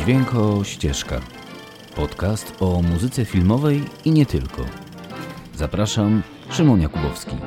Dźwiękościeżka. Podcast o muzyce filmowej i nie tylko. Zapraszam, Szymon Jakubowski.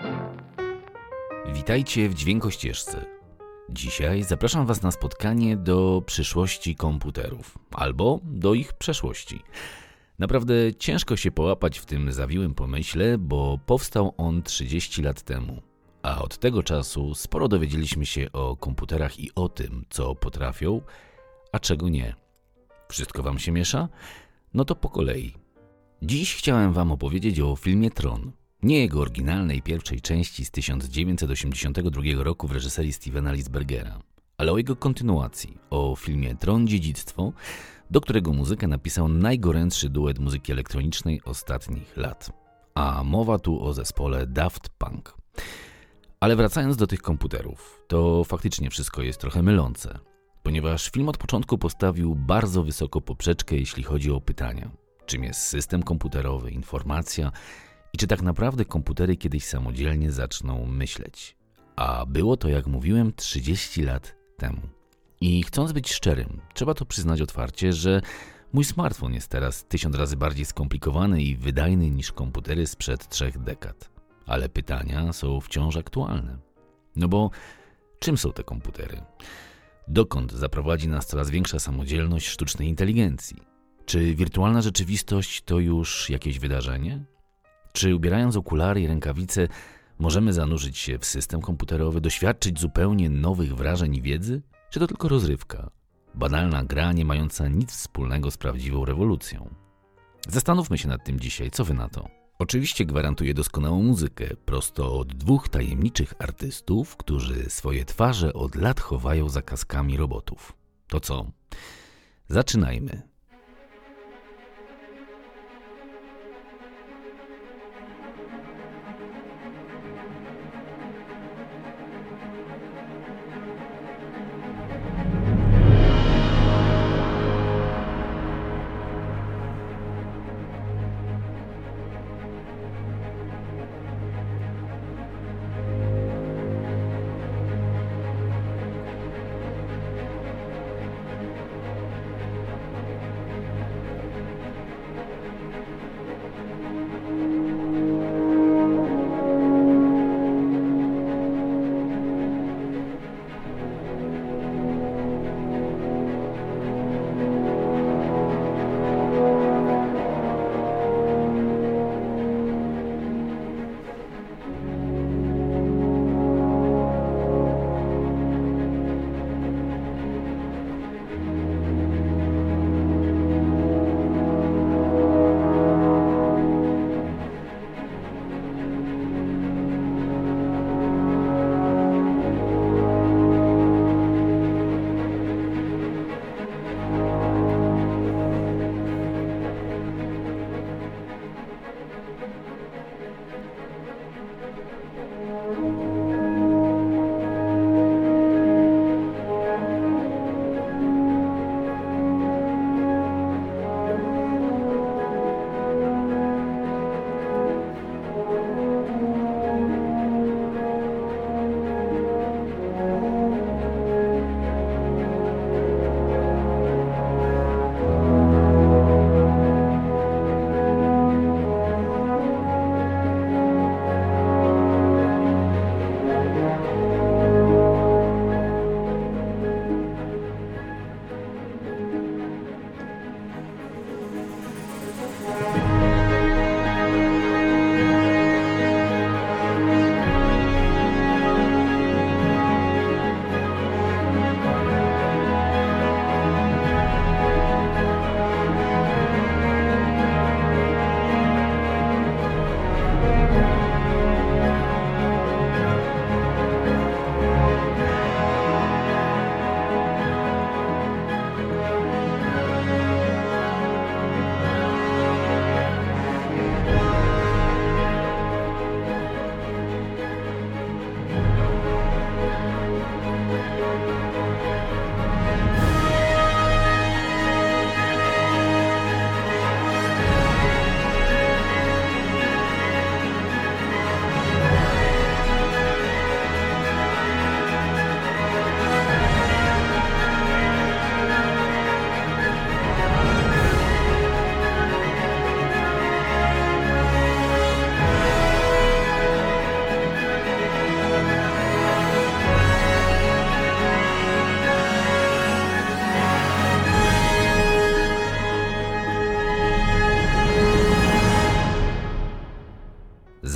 Witajcie w Dźwiękościeżce. Dzisiaj zapraszam Was na spotkanie do przyszłości komputerów albo do ich przeszłości. Naprawdę ciężko się połapać w tym zawiłym pomyśle, bo powstał on 30 lat temu. A od tego czasu sporo dowiedzieliśmy się o komputerach i o tym, co potrafią, a czego nie. Wszystko Wam się miesza? No to po kolei. Dziś chciałem Wam opowiedzieć o filmie Tron. Nie jego oryginalnej pierwszej części z 1982 roku w reżyserii Stevena Lisbergera, ale o jego kontynuacji, o filmie Tron Dziedzictwo, do którego muzykę napisał najgorętszy duet muzyki elektronicznej ostatnich lat. A mowa tu o zespole Daft Punk. Ale wracając do tych komputerów, to faktycznie wszystko jest trochę mylące, ponieważ film od początku postawił bardzo wysoko poprzeczkę, jeśli chodzi o pytania. Czym jest system komputerowy, informacja i czy tak naprawdę komputery kiedyś samodzielnie zaczną myśleć. A było to, jak mówiłem, 30 lat temu. I chcąc być szczerym, trzeba to przyznać otwarcie, że mój smartfon jest teraz 1000 razy bardziej skomplikowany i wydajny niż komputery sprzed 3 dekad. Ale pytania są wciąż aktualne. No bo czym są te komputery? Dokąd zaprowadzi nas coraz większa samodzielność sztucznej inteligencji? Czy wirtualna rzeczywistość to już jakieś wydarzenie? Czy ubierając okulary i rękawice możemy zanurzyć się w system komputerowy, doświadczyć zupełnie nowych wrażeń i wiedzy? Czy to tylko rozrywka? Banalna gra nie mająca nic wspólnego z prawdziwą rewolucją? Zastanówmy się nad tym dzisiaj, co wy na to? Oczywiście gwarantuję doskonałą muzykę, prosto od 2 tajemniczych artystów, którzy swoje twarze od lat chowają za kaskami robotów. To co? Zaczynajmy.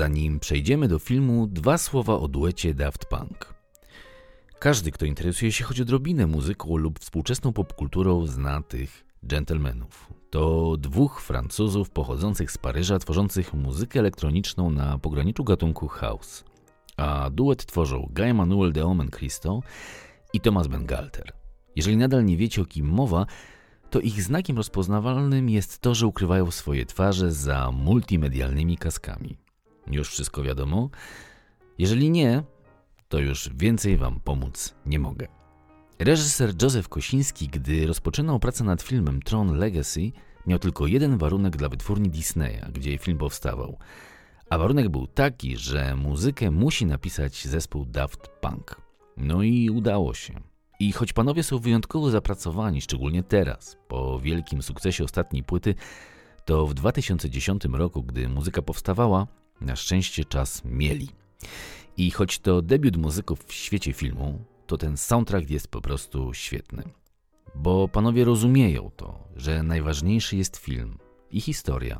zanim przejdziemy do filmu, 2 słowa o duecie Daft Punk. Każdy, kto interesuje się choć odrobinę muzyką lub współczesną popkulturą, zna tych gentlemanów. To 2 Francuzów pochodzących z Paryża, tworzących muzykę elektroniczną na pograniczu gatunku house. A duet tworzą Guy-Manuel de Homem-Christo i Thomas Bangalter. Jeżeli nadal nie wiecie, o kim mowa, to ich znakiem rozpoznawalnym jest to, że ukrywają swoje twarze za multimedialnymi kaskami. Już wszystko wiadomo? Jeżeli nie, to już więcej wam pomóc nie mogę. Reżyser Józef Kosiński, gdy rozpoczynał pracę nad filmem Tron Legacy, miał tylko jeden warunek dla wytwórni Disneya, gdzie film powstawał. A warunek był taki, że muzykę musi napisać zespół Daft Punk. No i udało się. I choć panowie są wyjątkowo zapracowani, szczególnie teraz, po wielkim sukcesie ostatniej płyty, to w 2010 roku, gdy muzyka powstawała, na szczęście czas mieli. I choć to debiut muzyków w świecie filmu, to ten soundtrack jest po prostu świetny. Bo panowie rozumieją to, że najważniejszy jest film i historia.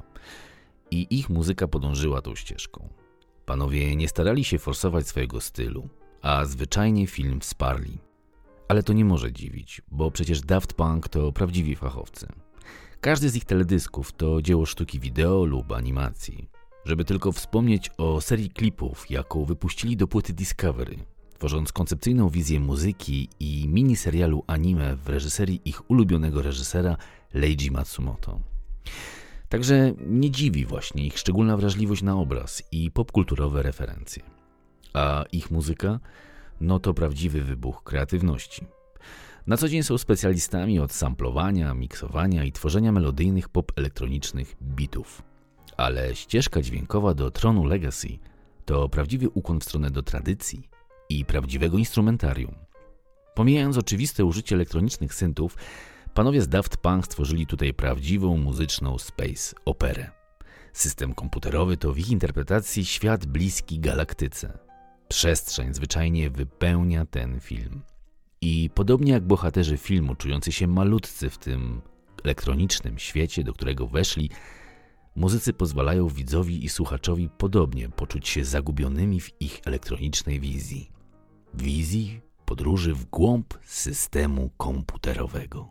I ich muzyka podążyła tą ścieżką. Panowie nie starali się forsować swojego stylu, a zwyczajnie film wsparli. Ale to nie może dziwić, bo przecież Daft Punk to prawdziwi fachowcy. Każdy z ich teledysków to dzieło sztuki wideo lub animacji. Żeby tylko wspomnieć o serii klipów, jaką wypuścili do płyty Discovery, tworząc koncepcyjną wizję muzyki i miniserialu anime w reżyserii ich ulubionego reżysera Leiji Matsumoto. Także nie dziwi właśnie ich szczególna wrażliwość na obraz i popkulturowe referencje. A ich muzyka? No to prawdziwy wybuch kreatywności. Na co dzień są specjalistami od samplowania, miksowania i tworzenia melodyjnych pop-elektronicznych bitów. Ale ścieżka dźwiękowa do Tronu Legacy to prawdziwy ukłon w stronę do tradycji i prawdziwego instrumentarium. Pomijając oczywiste użycie elektronicznych syntów, panowie z Daft Punk stworzyli tutaj prawdziwą muzyczną space operę. System komputerowy to w ich interpretacji świat bliski galaktyce. Przestrzeń zwyczajnie wypełnia ten film. I podobnie jak bohaterzy filmu, czujący się malutcy w tym elektronicznym świecie, do którego weszli, muzycy pozwalają widzowi i słuchaczowi podobnie poczuć się zagubionymi w ich elektronicznej wizji. Wizji podróży w głąb systemu komputerowego.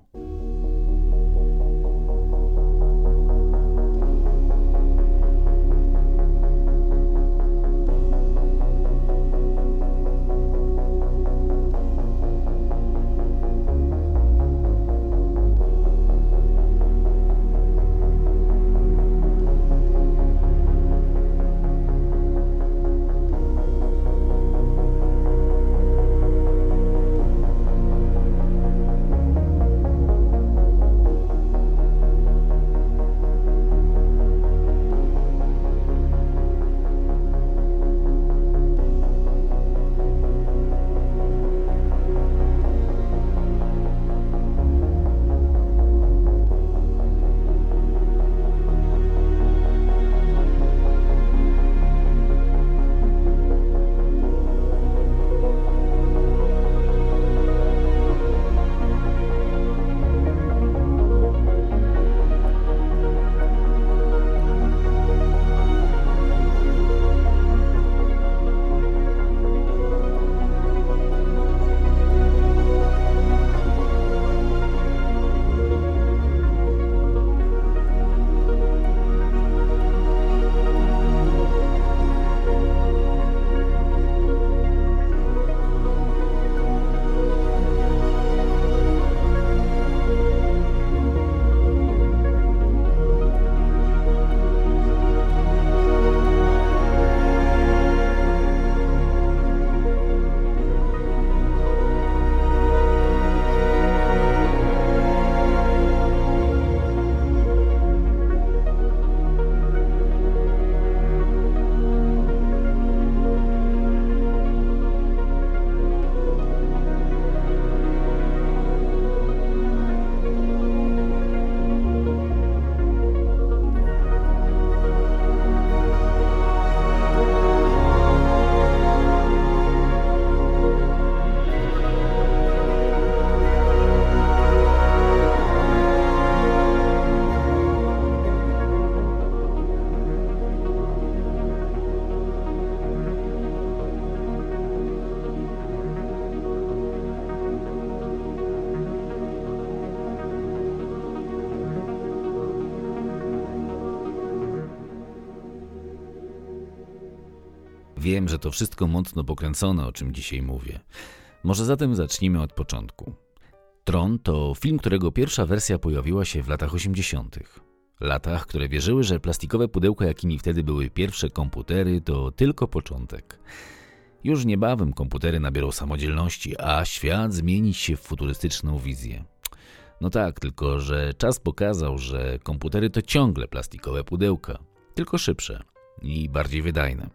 Wiem, że to wszystko mocno pokręcone, o czym dzisiaj mówię. Może zatem zacznijmy od początku. Tron to film, którego pierwsza wersja pojawiła się w latach 80. Latach, które wierzyły, że plastikowe pudełka, jakimi wtedy były pierwsze komputery, to tylko początek. Już niebawem komputery nabiorą samodzielności, a świat zmieni się w futurystyczną wizję. No tak, tylko że czas pokazał, że komputery to ciągle plastikowe pudełka, tylko szybsze i bardziej wydajne.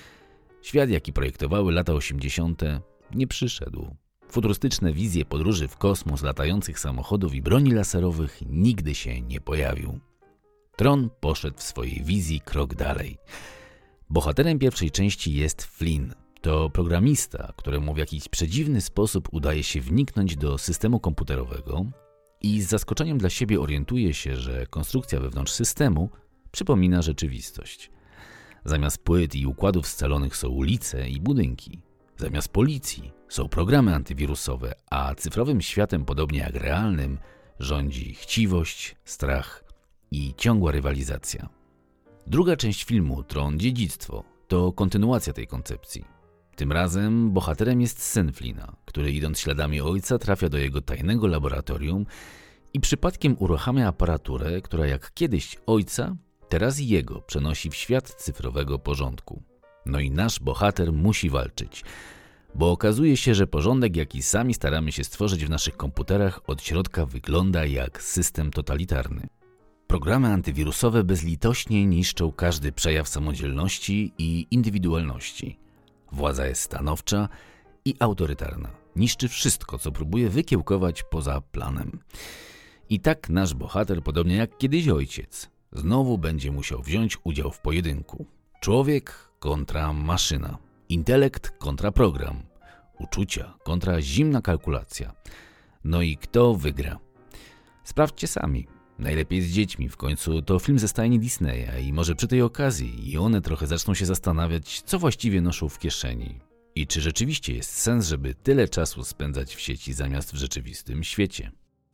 Świat, jaki projektowały lata 80., nie przyszedł. Futurystyczne wizje podróży w kosmos, latających samochodów i broni laserowych nigdy się nie pojawił. Tron poszedł w swojej wizji krok dalej. Bohaterem pierwszej części jest Flynn. To programista, któremu w jakiś przedziwny sposób udaje się wniknąć do systemu komputerowego i z zaskoczeniem dla siebie orientuje się, że konstrukcja wewnątrz systemu przypomina rzeczywistość. Zamiast płyt i układów scalonych są ulice i budynki. Zamiast policji są programy antywirusowe, a cyfrowym światem, podobnie jak realnym, rządzi chciwość, strach i ciągła rywalizacja. Druga część filmu, Tron Dziedzictwo, to kontynuacja tej koncepcji. Tym razem bohaterem jest syn Flynna, który idąc śladami ojca trafia do jego tajnego laboratorium i przypadkiem uruchamia aparaturę, która jak kiedyś ojca, teraz jego przenosi w świat cyfrowego porządku. No i nasz bohater musi walczyć, bo okazuje się, że porządek, jaki sami staramy się stworzyć w naszych komputerach, od środka wygląda jak system totalitarny. Programy antywirusowe bezlitośnie niszczą każdy przejaw samodzielności i indywidualności. Władza jest stanowcza i autorytarna. Niszczy wszystko, co próbuje wykiełkować poza planem. I tak nasz bohater, podobnie jak kiedyś ojciec, znowu będzie musiał wziąć udział w pojedynku. Człowiek kontra maszyna. Intelekt kontra program. Uczucia kontra zimna kalkulacja. No i kto wygra? Sprawdźcie sami. Najlepiej z dziećmi, w końcu to film ze stajni Disneya i może przy tej okazji i one trochę zaczną się zastanawiać, co właściwie noszą w kieszeni. I czy rzeczywiście jest sens, żeby tyle czasu spędzać w sieci zamiast w rzeczywistym świecie.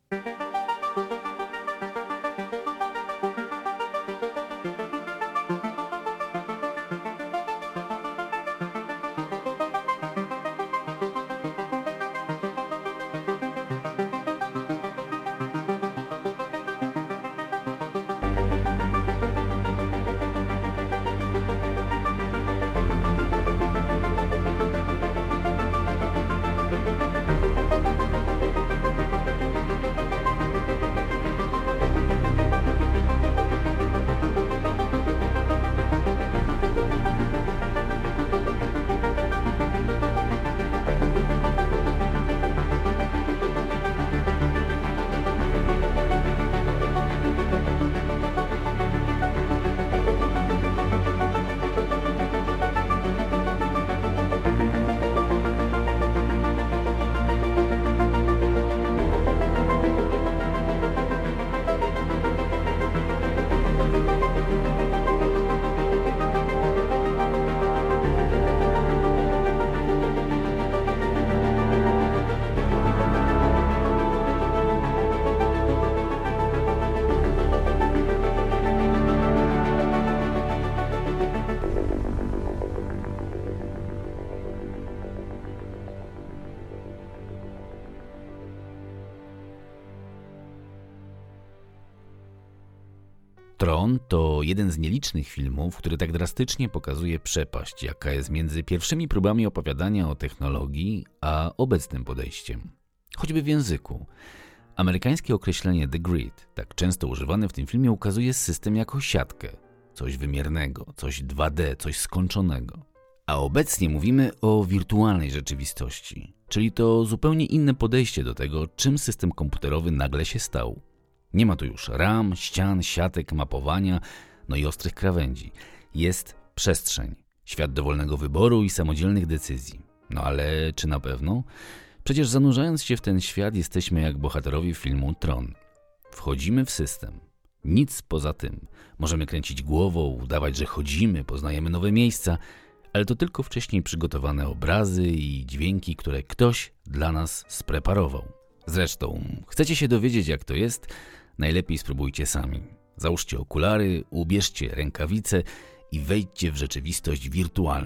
Tron to jeden z nielicznych filmów, który tak drastycznie pokazuje przepaść, jaka jest między pierwszymi próbami opowiadania o technologii, a obecnym podejściem. Choćby w języku. Amerykańskie określenie The Grid, tak często używane w tym filmie, ukazuje system jako siatkę. Coś wymiernego, coś 2D, coś skończonego. A obecnie mówimy o wirtualnej rzeczywistości, czyli to zupełnie inne podejście do tego, czym system komputerowy nagle się stał. Nie ma tu już ram, ścian, siatek, mapowania, no i ostrych krawędzi. Jest przestrzeń, świat dowolnego wyboru i samodzielnych decyzji. No ale czy na pewno? Przecież zanurzając się w ten świat jesteśmy jak bohaterowie filmu Tron. Wchodzimy w system. Nic poza tym. Możemy kręcić głową, udawać, że chodzimy, poznajemy nowe miejsca, ale to tylko wcześniej przygotowane obrazy i dźwięki, które ktoś dla nas spreparował. Zresztą, chcecie się dowiedzieć, jak to jest? Najlepiej spróbujcie sami. Załóżcie okulary, ubierzcie rękawice i wejdźcie w rzeczywistość wirtualną.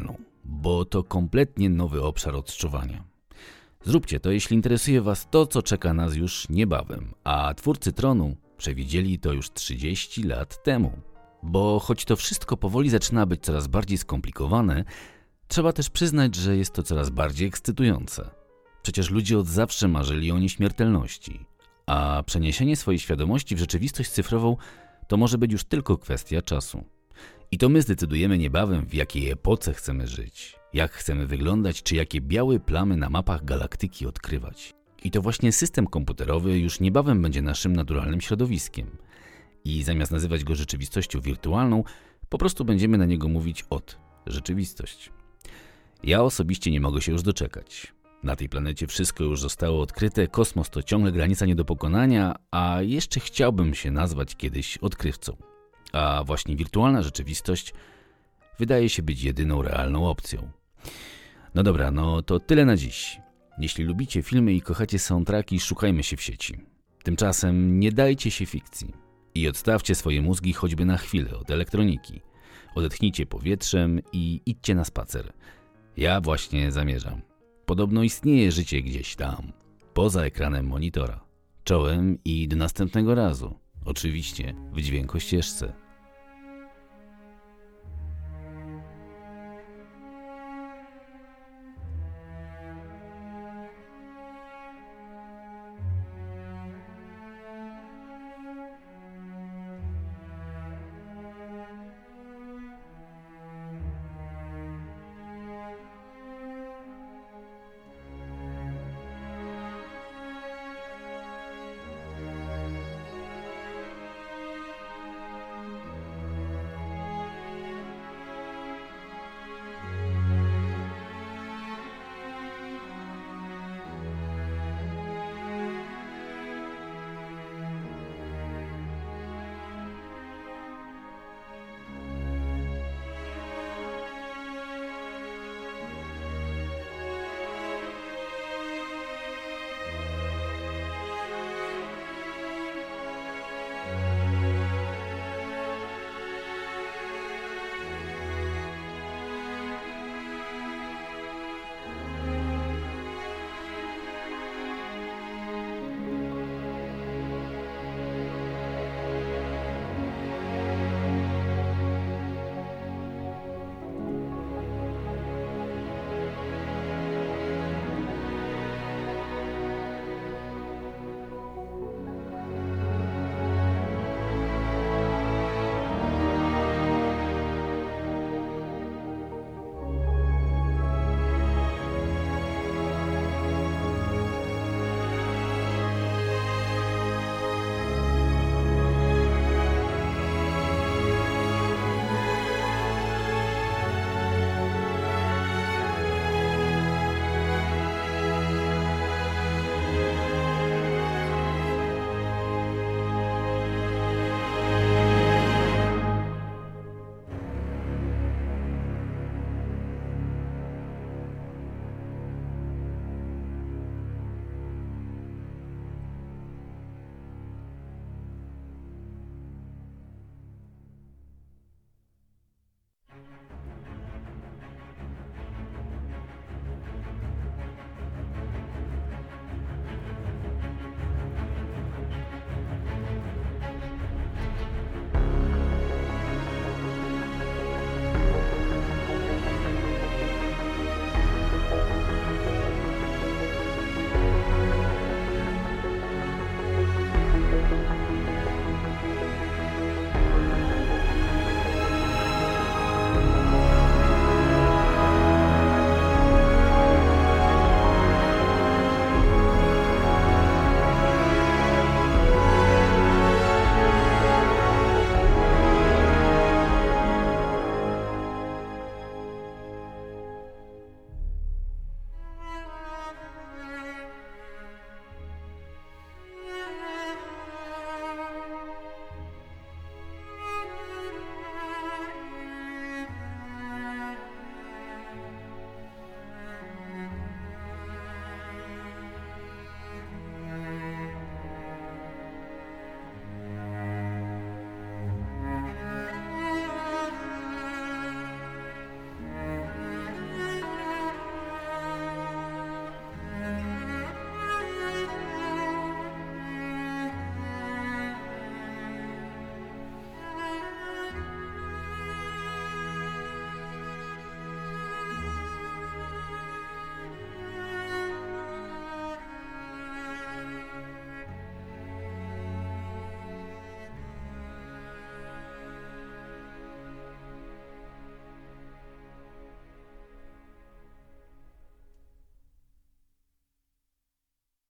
bo to kompletnie nowy obszar odczuwania. Zróbcie to, jeśli interesuje Was to, co czeka nas już niebawem, a twórcy Tronu przewidzieli to już 30 lat temu. Bo choć to wszystko powoli zaczyna być coraz bardziej skomplikowane, trzeba też przyznać, że jest to coraz bardziej ekscytujące. Przecież ludzie od zawsze marzyli o nieśmiertelności, a przeniesienie swojej świadomości w rzeczywistość cyfrową to może być już tylko kwestia czasu. I to my zdecydujemy niebawem, w jakiej epoce chcemy żyć, jak chcemy wyglądać, czy jakie białe plamy na mapach galaktyki odkrywać. I to właśnie system komputerowy już niebawem będzie naszym naturalnym środowiskiem. I zamiast nazywać go rzeczywistością wirtualną, po prostu będziemy na niego mówić rzeczywistość. Ja osobiście nie mogę się już doczekać. Na tej planecie wszystko już zostało odkryte, kosmos to ciągle granica nie do pokonania, a jeszcze chciałbym się nazwać kiedyś odkrywcą. A właśnie wirtualna rzeczywistość wydaje się być jedyną realną opcją. No dobra, to tyle na dziś. Jeśli lubicie filmy i kochacie soundtracki, szukajmy się w sieci. Tymczasem nie dajcie się fikcji i odstawcie swoje mózgi choćby na chwilę od elektroniki. Odetchnijcie powietrzem i idźcie na spacer. Ja właśnie zamierzam. Podobno istnieje życie gdzieś tam, poza ekranem monitora. Czołem i do następnego razu. Oczywiście w dźwiękościeżce.